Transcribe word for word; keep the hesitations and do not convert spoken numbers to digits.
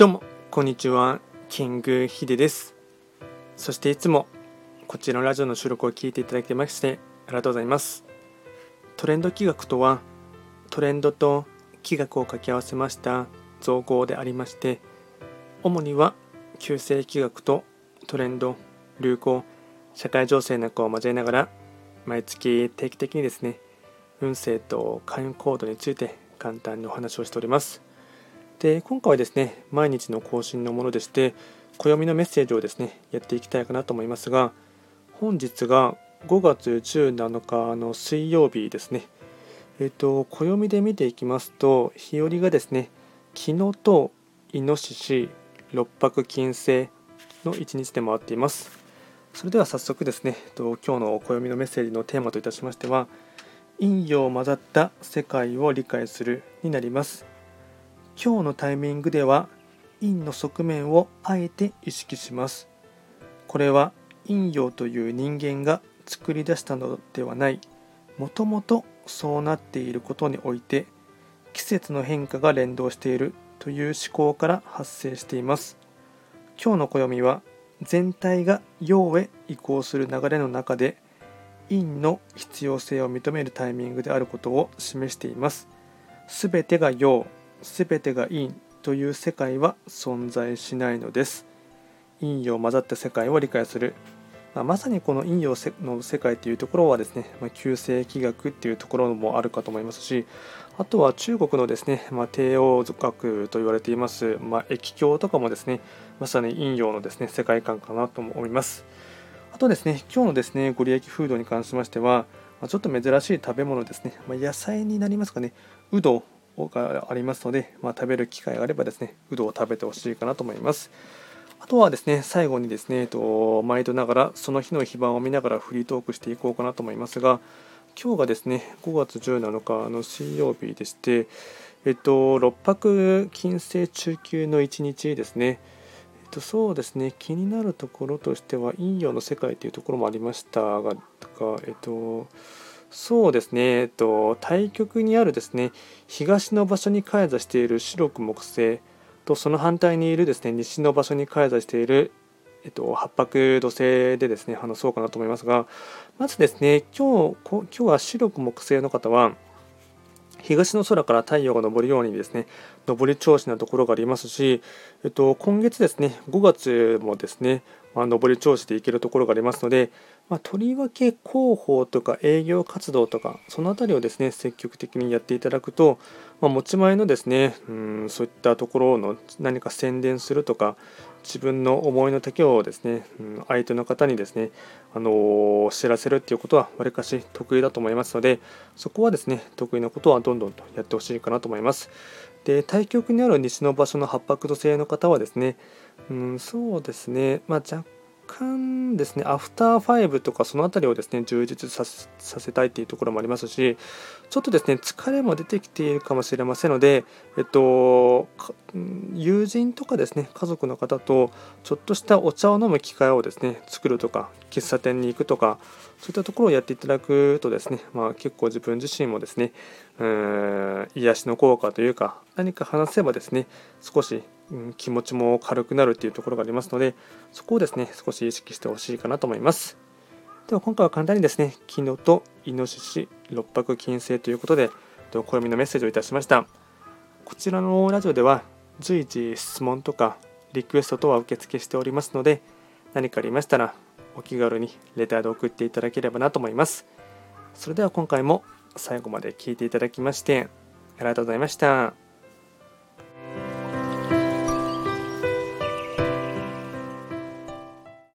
どうもこんにちは、キングヒデです。そしていつもこちらのラジオの収録を聞いていただきましてありがとうございます。トレンド企画とは、トレンドと企画を掛け合わせました造語でありまして、主には旧世企画とトレンド、流行、社会情勢なんかを交えながら、毎月定期的にですね、運勢と開運行動について簡単にお話をしております。で、今回はですね、毎日の更新のものでして、暦のメッセージをですね、やっていきたいかなと思いますが、本日がごがつじゅうなのかの水曜日ですね。えっと、暦で見ていきますと、日和がですね、昨日とイノシシ、六白金星の一日で回っています。それでは早速ですね、今日の暦のメッセージのテーマといたしましては、陰陽混ざった世界を理解するになります。今日のタイミングでは陰の側面をあえて意識します。これは陰陽という人間が作り出したのではない、もともとそうなっていることにおいて季節の変化が連動しているという思考から発生しています。今日の暦は全体が陽へ移行する流れの中で陰の必要性を認めるタイミングであることを示しています。すべてが陽、すべてが陰という世界は存在しないのです。陰陽混ざった世界を理解する、まあ、まさにこの陰陽の世界というところはですね、まあ、旧世紀学っていうところもあるかと思いますし、あとは中国のですね、まあ、帝王学と言われています、まあ、易経とかもですね、まさに陰陽のですね世界観かなと思います。あとですね、今日のですねご利益フードに関しましては、まあ、ちょっと珍しい食べ物ですね、まあ、野菜になりますかね、うどがありますので、まあ、食べる機会があればですね、うどを食べてほしいかなと思います。あとはですね、最後にですね、えっと、毎度ながらその日の非番を見ながらフリートークしていこうかなと思いますが、今日がですね、ごがつじゅうなのかの水曜日でして、えっと、六白金星中級のいちにちですね。えっと、そうですね、気になるところとしては、陰陽の世界というところもありましたが、えっと、そうですね、えっと、対極にあるですね、東の場所に開座している白く木星と、その反対にいるですね、西の場所に開座している、えっと、八白土星でですね、話そうかなと思いますが、まずですね、今日、今日は白く木星の方は、東の空から太陽が昇るようにですね、昇り調子なところがありますし、えっと、今月ですね、ごがつもですね、まあ、上り調子でいけるところがありますので、まあ、とりわけ広報とか営業活動とか、そのあたりをですね、積極的にやっていただくと、まあ、持ち前のですね、うん、そういったところの何か宣伝するとか、自分の思いの丈をですね、うん、相手の方にですね、あのー、知らせるっていうことはわりかし得意だと思いますので、そこはですね、得意なことはどんどんとやってほしいかなと思います。で、対極にある西の場所の八白土星の方はですね、うん、そうですね、まあ、若干ですね、アフターファイブとかそのあたりをですね、充実させ、させたいというところもありますし、ちょっとですね、疲れも出てきているかもしれませんので、えっと、友人とかですね、家族の方とちょっとしたお茶を飲む機会をですね、作るとか、喫茶店に行くとか、そういったところをやっていただくとですね、まあ、結構自分自身もですね、うーん、癒しの効果というか、何か話せばですね、少し、うん、気持ちも軽くなるというところがありますので、そこをですね、少し意識してほしいかなと思います。では今回は簡単にですね、昨日とイノシシ、六白金星ということで、暦のメッセージをいたしました。こちらのラジオでは随時質問とかリクエスト等は受付しておりますので、何かありましたらお気軽にレターで送っていただければなと思います。それでは今回も最後まで聞いていただきましてありがとうございました。